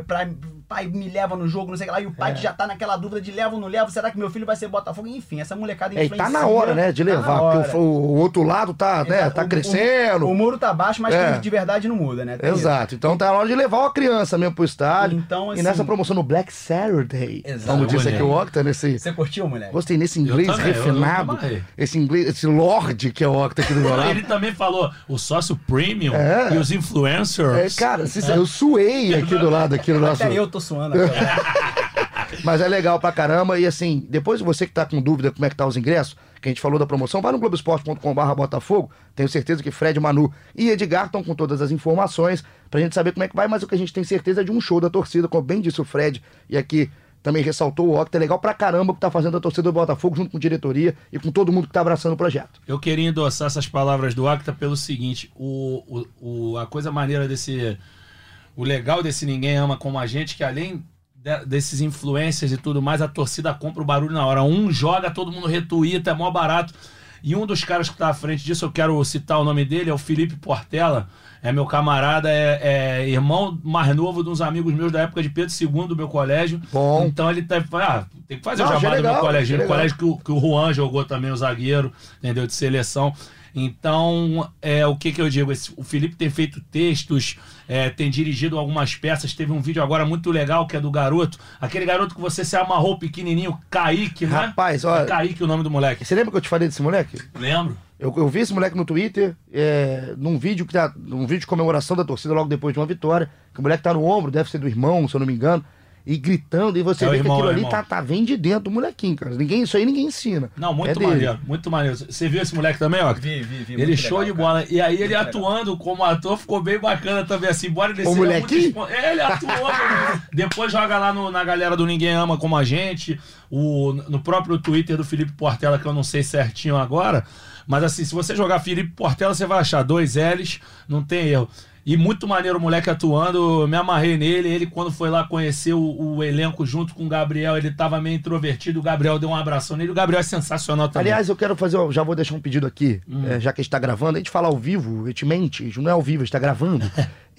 pai me leva no jogo, não sei o que lá, e o pai que já tá naquela dúvida de levo ou não levo, será que meu filho vai ser Botafogo? Enfim, essa molecada influencia. Tá na hora, né, de levar, porque o outro lado tá, né, tá crescendo. O muro tá baixo, mas de verdade não muda, né? Exato, então tá na hora de levar uma criança mesmo pro estádio. Então, assim, e nessa promoção no Black Saturday, como disse aqui o Octa, nesse... Você curtiu, moleque? Gostei, nesse inglês refinado, esse inglês, esse lord que é o Octa aqui do meu lado. Ele também falou o sócio premium e os influencers. Cara, eu suei aqui do lado, aqui no nosso... Até eu tô suando agora. Mas é legal pra caramba. E assim, depois você que tá com dúvida como é que tá os ingressos, que a gente falou da promoção, vai no Globoesporte.com/Botafogo. Tenho certeza que Fred, Manu e Edgar estão com todas as informações pra gente saber como é que vai. Mas o que a gente tem certeza é de um show da torcida, como bem disse o Fred, e aqui também ressaltou o Octa. É legal pra caramba o que tá fazendo a torcida do Botafogo junto com a diretoria e com todo mundo que tá abraçando o projeto. Eu queria endossar essas palavras do Octa pelo seguinte: a coisa maneira desse... O legal desse Ninguém Ama Como a Gente, que além desses influencers e tudo mais, a torcida compra o barulho na hora. Um joga, todo mundo retuita, é mó barato. E um dos caras que tá à frente disso, eu quero citar o nome dele, é o Felipe Portela. É meu camarada, é irmão mais novo de uns amigos meus da época de Pedro II, do meu colégio. Bom. Então ele tem que fazer o jabá do meu colégio. O colégio que o Juan jogou também, o zagueiro, entendeu? De seleção. Então, o que eu digo? O Felipe tem feito textos, tem dirigido algumas peças. Teve um vídeo agora muito legal que é do garoto. Aquele garoto que você se amarrou pequenininho, Kaique, né? Rapaz, olha... Kaique, o nome do moleque. Você lembra que eu te falei desse moleque? Lembro. Eu vi esse moleque no Twitter, num vídeo de comemoração da torcida logo depois de uma vitória, que o moleque tá no ombro, deve ser do irmão, se eu não me engano, e gritando, e você vê que aquilo ali vem de dentro do molequinho, cara. Isso aí ninguém ensina. Não, muito maneiro, muito maneiro. Você viu esse moleque também, ó? Vi. Ele show de bola. E aí ele atuando como ator ficou bem bacana também, assim, bora descer. O molequinho? Ele atuou. Depois joga lá na galera do Ninguém Ama Como a Gente, no próprio Twitter do Felipe Portela, que eu não sei certinho agora, mas assim, se você jogar Felipe Portela, você vai achar 2 L's, não tem erro. E muito maneiro o moleque atuando, eu me amarrei nele. Ele, quando foi lá conhecer o elenco junto com o Gabriel, ele tava meio introvertido. O Gabriel deu um abração nele. O Gabriel é sensacional também. Aliás, eu quero já vou deixar um pedido aqui, já que a gente tá gravando. A gente fala ao vivo, a gente mente, não é ao vivo, a gente tá gravando.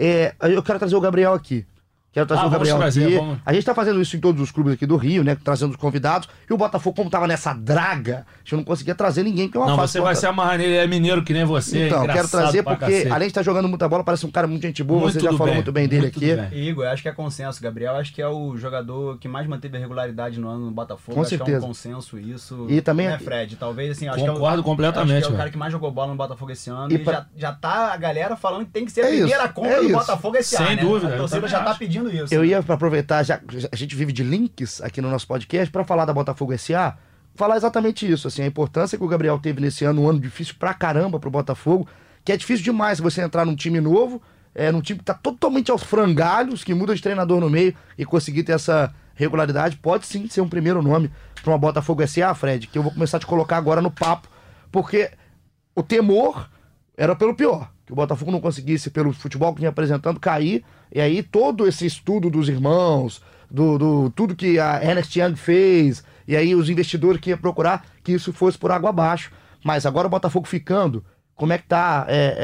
Eu quero trazer o Gabriel aqui. Quero trazer o Gabriel aqui. A gente tá fazendo isso em todos os clubes aqui do Rio, né? Trazendo os convidados. E o Botafogo, como tava nessa draga, a gente não conseguia trazer ninguém, porque é uma fase. Você vai se amarrar nele, ele é mineiro que nem você. Então, quero trazer porque, além de estar jogando muita bola, parece um cara muito gente boa. Você já falou muito bem dele aqui. Igor, eu acho que é consenso. Gabriel, acho que é o jogador que mais manteve a regularidade no ano no Botafogo. Com acho certeza. Que é um consenso isso. E também né, Fred? Talvez assim. Concordo completamente. Acho que é o cara que mais jogou bola no Botafogo esse ano. E já tá a galera falando que tem que ser a primeira compra do Botafogo esse ano. Sem dúvida. A torcida já tá pedindo isso. Eu ia aproveitar, já a gente vive de links aqui no nosso podcast, para falar da Botafogo SA, falar exatamente isso, assim, a importância que o Gabriel teve nesse ano, um ano difícil pra caramba pro Botafogo, que é difícil demais você entrar num time novo, num time que tá totalmente aos frangalhos, que muda de treinador no meio e conseguir ter essa regularidade. Pode sim ser um primeiro nome pra uma Botafogo SA, Fred, que eu vou começar a te colocar agora no papo, porque o temor era pelo pior, que o Botafogo não conseguisse, pelo futebol que vinha apresentando, cair. E aí todo esse estudo dos irmãos, tudo que a Ernest Young fez, e aí os investidores que iam procurar que isso fosse por água abaixo. Mas agora o Botafogo ficando, como é que tá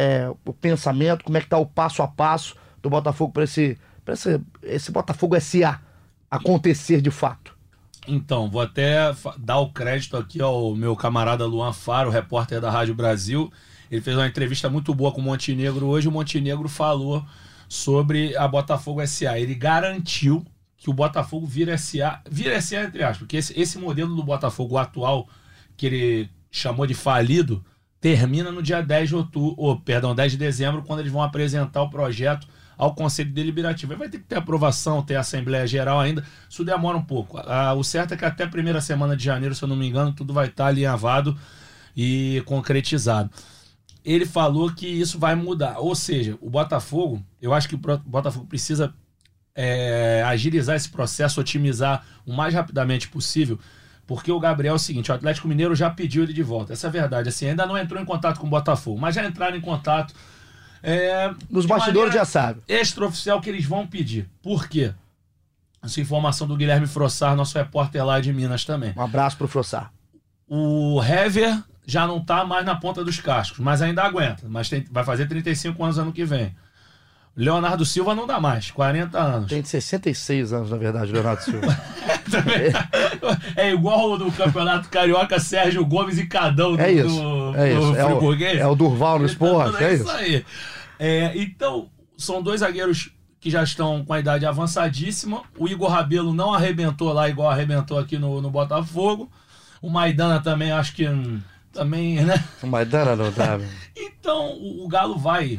o pensamento, como é que tá o passo a passo do Botafogo para esse Botafogo SA acontecer de fato? Então, vou até dar o crédito aqui ao meu camarada Luan Faro, repórter da Rádio Brasil. Ele fez uma entrevista muito boa com o Montenegro hoje. O Montenegro falou sobre a Botafogo SA. Ele garantiu que o Botafogo vira SA entre aspas, porque esse modelo do Botafogo atual, que ele chamou de falido, termina no dia 10 de dezembro, quando eles vão apresentar o projeto ao Conselho Deliberativo. Aí vai ter que ter aprovação, ter Assembleia Geral ainda, isso demora um pouco. O certo é que até a primeira semana de janeiro, se eu não me engano, tudo vai estar alinhavado e concretizado. Ele falou que isso vai mudar. Ou seja, o Botafogo, eu acho que o Botafogo precisa agilizar esse processo, otimizar o mais rapidamente possível, porque o Gabriel é o seguinte, o Atlético Mineiro já pediu ele de volta. Essa é a verdade. Assim, ainda não entrou em contato com o Botafogo, mas já entraram em contato. Nos bastidores já sabe. Extraoficial que eles vão pedir. Por quê? Essa informação do Guilherme Frossar, nosso repórter lá de Minas também. Um abraço pro Frossar. O Hever já não tá mais na ponta dos cascos, mas ainda aguenta. Mas vai fazer 35 anos ano que vem. Leonardo Silva não dá mais, 40 anos. Tem 66 anos, na verdade, Leonardo Silva. É igual o do Campeonato Carioca, Sérgio Gomes e Cadão É isso. do Friburguês. É o Durval no esporte, é isso. Aí. Então, são dois zagueiros que já estão com a idade avançadíssima. O Igor Rabelo não arrebentou lá igual arrebentou aqui no Botafogo. O Maidana também, acho que também, né? O Maidana não dá. Então, o Galo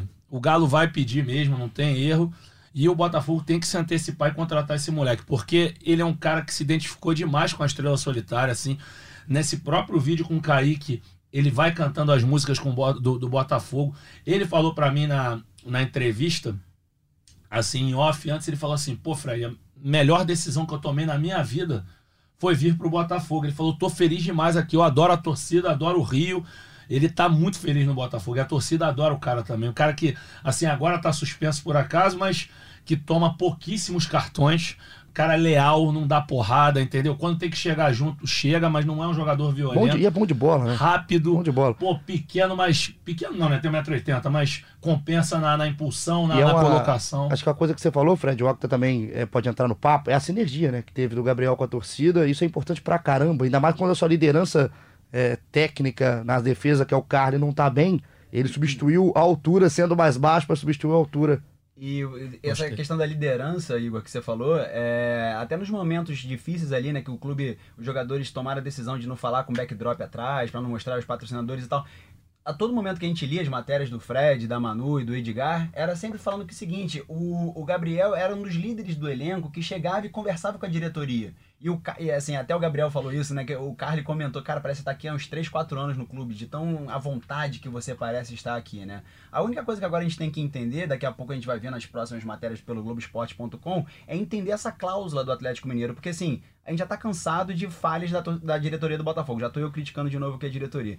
vai pedir mesmo, não tem erro. E o Botafogo tem que se antecipar e contratar esse moleque, porque ele é um cara que se identificou demais com a Estrela Solitária, assim. Nesse próprio vídeo com o Kaique, ele vai cantando as músicas do Botafogo. Ele falou pra mim na entrevista, assim, em off, antes ele falou assim, pô, Fred, a melhor decisão que eu tomei na minha vida foi vir pro Botafogo. Ele falou, tô feliz demais aqui, eu adoro a torcida, adoro o Rio. Ele tá muito feliz no Botafogo. E a torcida adora o cara também. O cara que, assim, agora tá suspenso por acaso, mas que toma pouquíssimos cartões. Cara leal, não dá porrada, entendeu? Quando tem que chegar junto, chega, mas não é um jogador violento. E é bom de bola, né? Rápido. Bom de bola. Pô, pequeno, mas... Pequeno não, né? Tem 1,80 m, mas compensa na impulsão, na colocação. Acho que a coisa que você falou, Fred, o Octa também pode entrar no papo, é a sinergia, né? Que teve do Gabriel com a torcida. Isso é importante pra caramba. Ainda mais quando a sua liderança técnica nas defesas, que é o Carly, não tá bem. Ele substituiu a altura sendo mais baixo para substituir a altura. E essa questão da liderança, Igor, que você falou, até nos momentos difíceis ali, né, que o clube, os jogadores tomaram a decisão de não falar com backdrop atrás, para não mostrar os patrocinadores e tal. A todo momento que a gente lia as matérias do Fred, da Manu e do Edgar, era sempre falando que o seguinte, o Gabriel era um dos líderes do elenco que chegava e conversava com a diretoria. E assim, até o Gabriel falou isso, né? Que o Carly comentou, cara, parece que tá aqui há uns 3, 4 anos no clube, de tão à vontade que você parece estar aqui, né? A única coisa que agora a gente tem que entender, daqui a pouco a gente vai ver nas próximas matérias pelo Globoesporte.com, é entender essa cláusula do Atlético Mineiro, porque assim, a gente já tá cansado de falhas da diretoria do Botafogo. Já tô eu criticando de novo que a diretoria.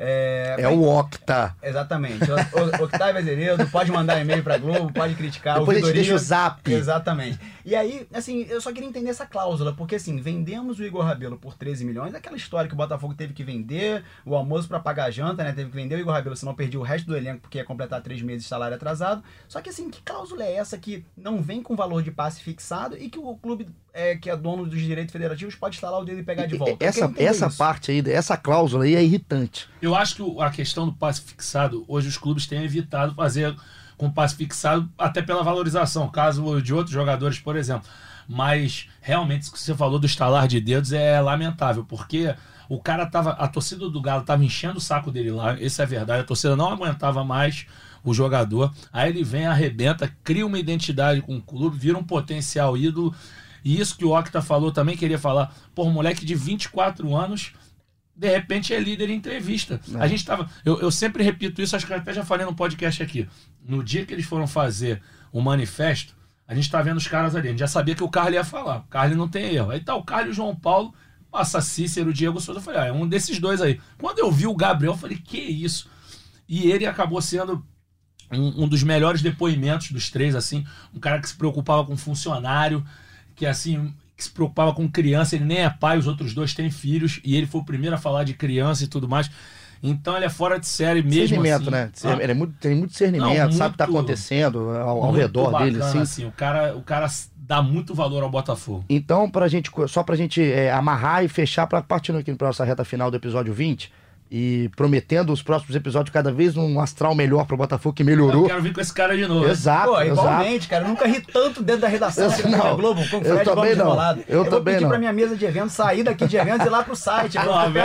O Octa. Exatamente. O Octavio Azeredo, pode mandar e-mail pra Globo, pode criticar. Depois a gente deixa o zap. Exatamente. E aí, assim, eu só queria entender essa cláusula, porque assim, vendemos o Igor Rabelo por 13 milhões, aquela história que o Botafogo teve que vender o almoço pra pagar a janta, né? Teve que vender o Igor Rabelo, senão perdia o resto do elenco, porque ia completar 3 meses de salário atrasado. Só que assim, que cláusula é essa que não vem com valor de passe fixado e que o clube que é dono dos direitos federativos pode instalar o dedo e pegar de volta? Essa parte aí, essa cláusula aí é irritante. Eu acho que a questão do passe fixado, hoje os clubes têm evitado fazer com passe fixado, até pela valorização, caso de outros jogadores, por exemplo. Mas, realmente, isso que você falou do estalar de dedos é lamentável, porque o cara a torcida do Galo estava enchendo o saco dele lá, isso é verdade, a torcida não aguentava mais o jogador, aí ele vem, arrebenta, cria uma identidade com o clube, vira um potencial ídolo, e isso que o Octa falou, também queria falar, um moleque de 24 anos, de repente é líder em entrevista. A gente tava, eu sempre repito isso, acho que eu até já falei no podcast aqui, no dia que eles foram fazer o manifesto, a gente tá vendo os caras ali, a gente já sabia que o Carly ia falar, o Carly não tem erro, aí tá o Carly e o João Paulo, passa Cícero, o Diego Souza, eu falei, é um desses dois aí. Quando eu vi o Gabriel, eu falei, que isso? E ele acabou sendo um dos melhores depoimentos dos três, assim, um cara que se preocupava com funcionário, que assim, que se preocupava com criança, ele nem é pai, os outros dois têm filhos, e ele foi o primeiro a falar de criança e tudo mais. Então ele é fora de série mesmo. Discernimento, assim, né? Ele tem muito discernimento, sabe o que está acontecendo ao redor bacana, dele. Assim. O cara dá muito valor ao Botafogo. Então, só pra gente amarrar e fechar, partindo aqui para nossa reta final do episódio 20, e prometendo os próximos episódios cada vez um astral melhor pro Botafogo, que melhorou. Eu quero vir com esse cara de novo. Exato. Pô, igualmente, cara. Eu nunca ri tanto dentro da redação da Globo com o Fred Gomes Enrolado. Eu vou também pedir não. pra minha mesa de eventos, sair daqui de eventos e ir lá pro site.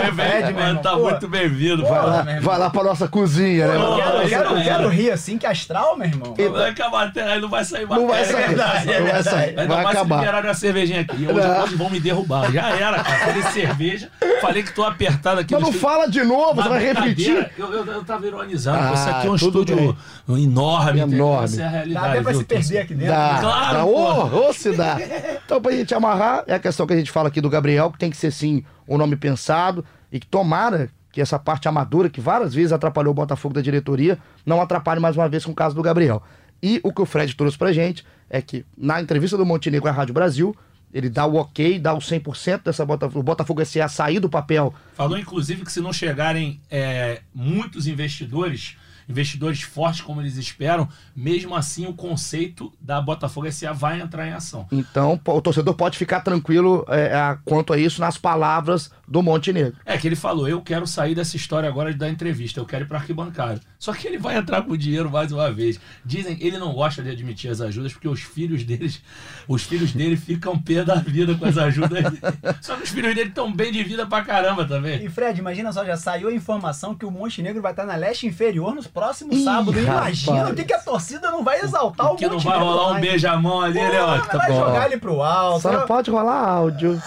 Tá muito bem-vindo. Vai lá pra nossa cozinha, né? Eu quero rir assim, que astral, meu irmão. Vai acabar, não vai sair Não vai sair. Não vai sair. Vai acabar. Liberaram a cervejinha aqui. Hoje vão me derrubar. Já era, cara. Falei cerveja. Falei que tô apertado aqui. Mas não fala de novo, você vai repetir. Eu tava ironizando. Isso aqui é um estúdio enorme. Essa é a realidade. Dá até pra se perder aqui dentro. Claro, se dá. Então, pra gente amarrar, é a questão que a gente fala aqui do Gabriel, que tem que ser, sim, um nome pensado, e que tomara que essa parte amadora, que várias vezes atrapalhou o Botafogo da diretoria, não atrapalhe mais uma vez com o caso do Gabriel. E o que o Fred trouxe pra gente é que, na entrevista do Montenegro à Rádio Brasil, ele dá o ok, dá o 100% dessa Botafogo S.A. sair do papel. Falou, inclusive, que se não chegarem muitos investidores, investidores fortes como eles esperam, mesmo assim o conceito da Botafogo SA vai entrar em ação. Então o torcedor pode ficar tranquilo quanto a isso nas palavras do Montenegro. É que ele falou, eu quero sair dessa história agora de dar entrevista, eu quero ir para arquibancada. Só que ele vai entrar com dinheiro mais uma vez. Dizem que ele não gosta de admitir as ajudas porque os filhos dele ficam pé da vida com as ajudas dele. Só que os filhos dele estão bem de vida pra caramba também. E Fred, imagina só, já saiu a informação que o Montenegro vai estar na Leste Inferior nos próximos sábados. Imagina o que a torcida não vai exaltar o Montenegro. Que não vai rolar um beijamão ali, né? Vai jogar ele pro alto. Só não pode rolar áudio.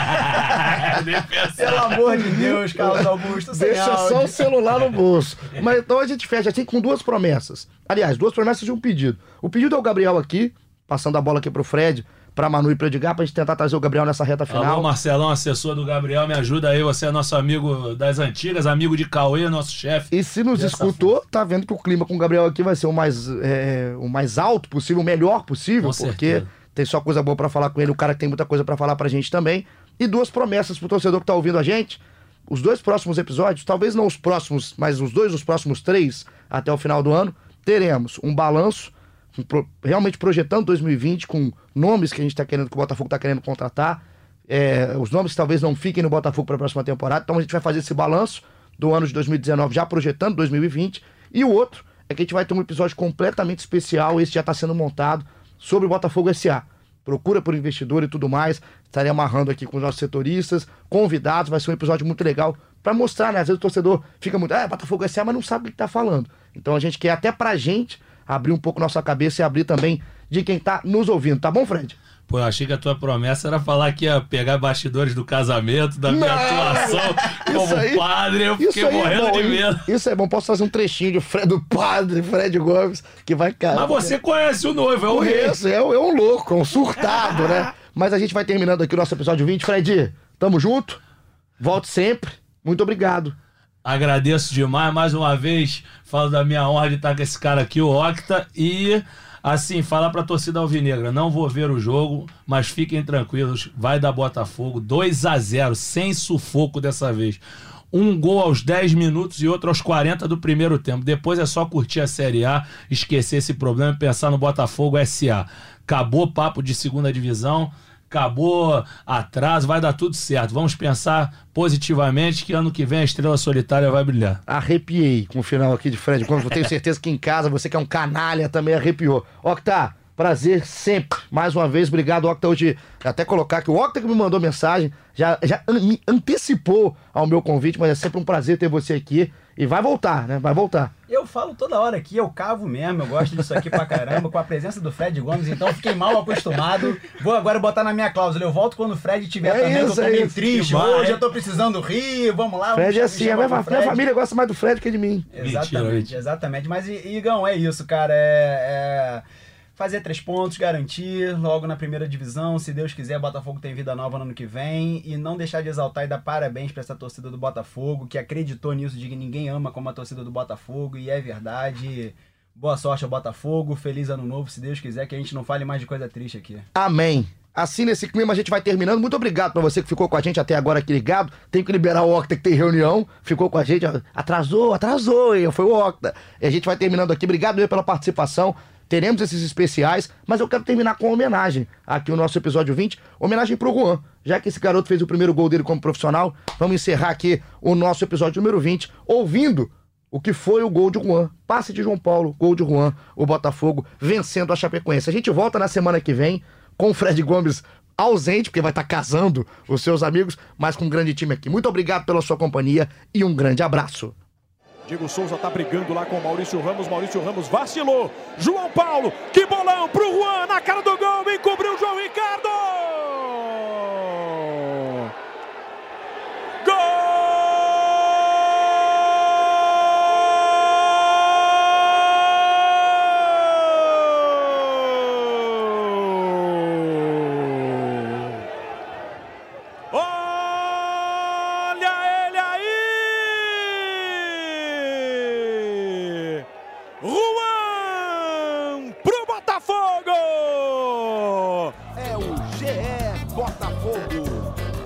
Pelo amor de Deus, Carlos Augusto. Deixa só o celular no bolso. Mas então a gente fecha assim com duas promessas. Aliás, duas promessas e um pedido. O pedido é o Gabriel aqui, passando a bola aqui pro Fred, pra Manu e pro Edgar, pra gente tentar trazer o Gabriel nessa reta final. Alô, Marcelão, assessor do Gabriel, me ajuda aí, você é nosso amigo das antigas, amigo de Cauê, nosso chefe. E se nos escutou, tá vendo que o clima com o Gabriel aqui vai ser o mais alto possível, o melhor possível, Com porque certeza. tem só coisa boa pra falar com ele, o cara tem muita coisa pra falar pra gente também. E duas promessas pro torcedor que tá ouvindo a gente. Os dois próximos episódios, talvez não os próximos, mas os próximos 3 até o final do ano, teremos um balanço realmente projetando 2020 com nomes que a gente tá querendo, que o Botafogo tá querendo contratar, os nomes que talvez não fiquem no Botafogo para a próxima temporada. Então a gente vai fazer esse balanço do ano de 2019 já projetando 2020, e o outro é que a gente vai ter um episódio completamente especial, esse já está sendo montado, sobre o Botafogo SA. Procura por investidor e tudo mais, estarei amarrando aqui com os nossos setoristas, convidados, vai ser um episódio muito legal para mostrar, né? Às vezes o torcedor fica muito, Botafogo SA, mas não sabe o que tá falando. Então a gente quer até pra gente abrir um pouco nossa cabeça e abrir também de quem tá nos ouvindo, tá bom, Fred? Pô, eu achei que a tua promessa era falar que ia pegar bastidores do casamento, da minha atuação como padre. Eu fiquei morrendo de medo. Isso é bom, posso fazer um trechinho do padre Fred Gomes, que vai cair. Mas você conhece o noivo, é o rei. É um louco, é um surtado, né? Mas a gente vai terminando aqui o nosso episódio 20. Fred, tamo junto, volte sempre, muito obrigado. Agradeço demais, mais uma vez, falo da minha honra de estar com esse cara aqui, o Octa, e assim, falar pra torcida alvinegra, não vou ver o jogo, mas fiquem tranquilos, vai dar Botafogo, 2-0, sem sufoco dessa vez. Um gol aos 10 minutos e outro aos 40 do primeiro tempo. Depois é só curtir a Série A, esquecer esse problema e pensar no Botafogo SA. Acabou papo de segunda divisão, acabou atraso, vai dar tudo certo. Vamos pensar positivamente que ano que vem a estrela solitária vai brilhar. Arrepiei com o final aqui de Fred Gomes. Eu tenho certeza que em casa, você que é um canalha, também arrepiou. Octa, prazer sempre. Mais uma vez, obrigado, Octa. Hoje, até colocar que o Octa que me mandou mensagem, já me antecipou ao meu convite, mas é sempre um prazer ter você aqui. E vai voltar, né? Vai voltar. Eu falo toda hora aqui, eu cavo mesmo, eu gosto disso aqui pra caramba, com a presença do Fred Gomes, então fiquei mal acostumado. Vou agora botar na minha cláusula, eu volto quando o Fred estiver também, eu tô meio triste, hoje eu tô precisando rir, vamos lá. Fred é assim, a minha família gosta mais do Fred que de mim. Exatamente, exatamente. Mas, Igão, é isso, cara, fazer 3 pontos, garantir logo na primeira divisão, se Deus quiser, Botafogo tem vida nova no ano que vem, e não deixar de exaltar e dar parabéns pra essa torcida do Botafogo, que acreditou nisso, de que ninguém ama como a torcida do Botafogo, e é verdade. Boa sorte ao Botafogo, feliz ano novo, se Deus quiser, que a gente não fale mais de coisa triste aqui. Amém. Assim, nesse clima, a gente vai terminando. Muito obrigado pra você que ficou com a gente até agora aqui ligado. Tem que liberar o Octa, que tem reunião. Ficou com a gente, atrasou, hein? Foi o Octa. E a gente vai terminando aqui. Obrigado pela participação. Teremos esses especiais, mas eu quero terminar com uma homenagem aqui no nosso episódio 20, homenagem pro Juan, já que esse garoto fez o primeiro gol dele como profissional. Vamos encerrar aqui o nosso episódio número 20, ouvindo o que foi o gol de Juan, passe de João Paulo, gol de Juan, o Botafogo vencendo a Chapecoense. A gente volta na semana que vem com o Fred Gomes ausente, porque vai estar casando os seus amigos, mas com um grande time aqui. Muito obrigado pela sua companhia e um grande abraço. Diego Souza tá brigando lá com o Maurício Ramos vacilou. João Paulo, que bolão pro Juan, na cara do gol, encobriu o João Ricardo! Gol! Juan pro Botafogo! É o GE Botafogo.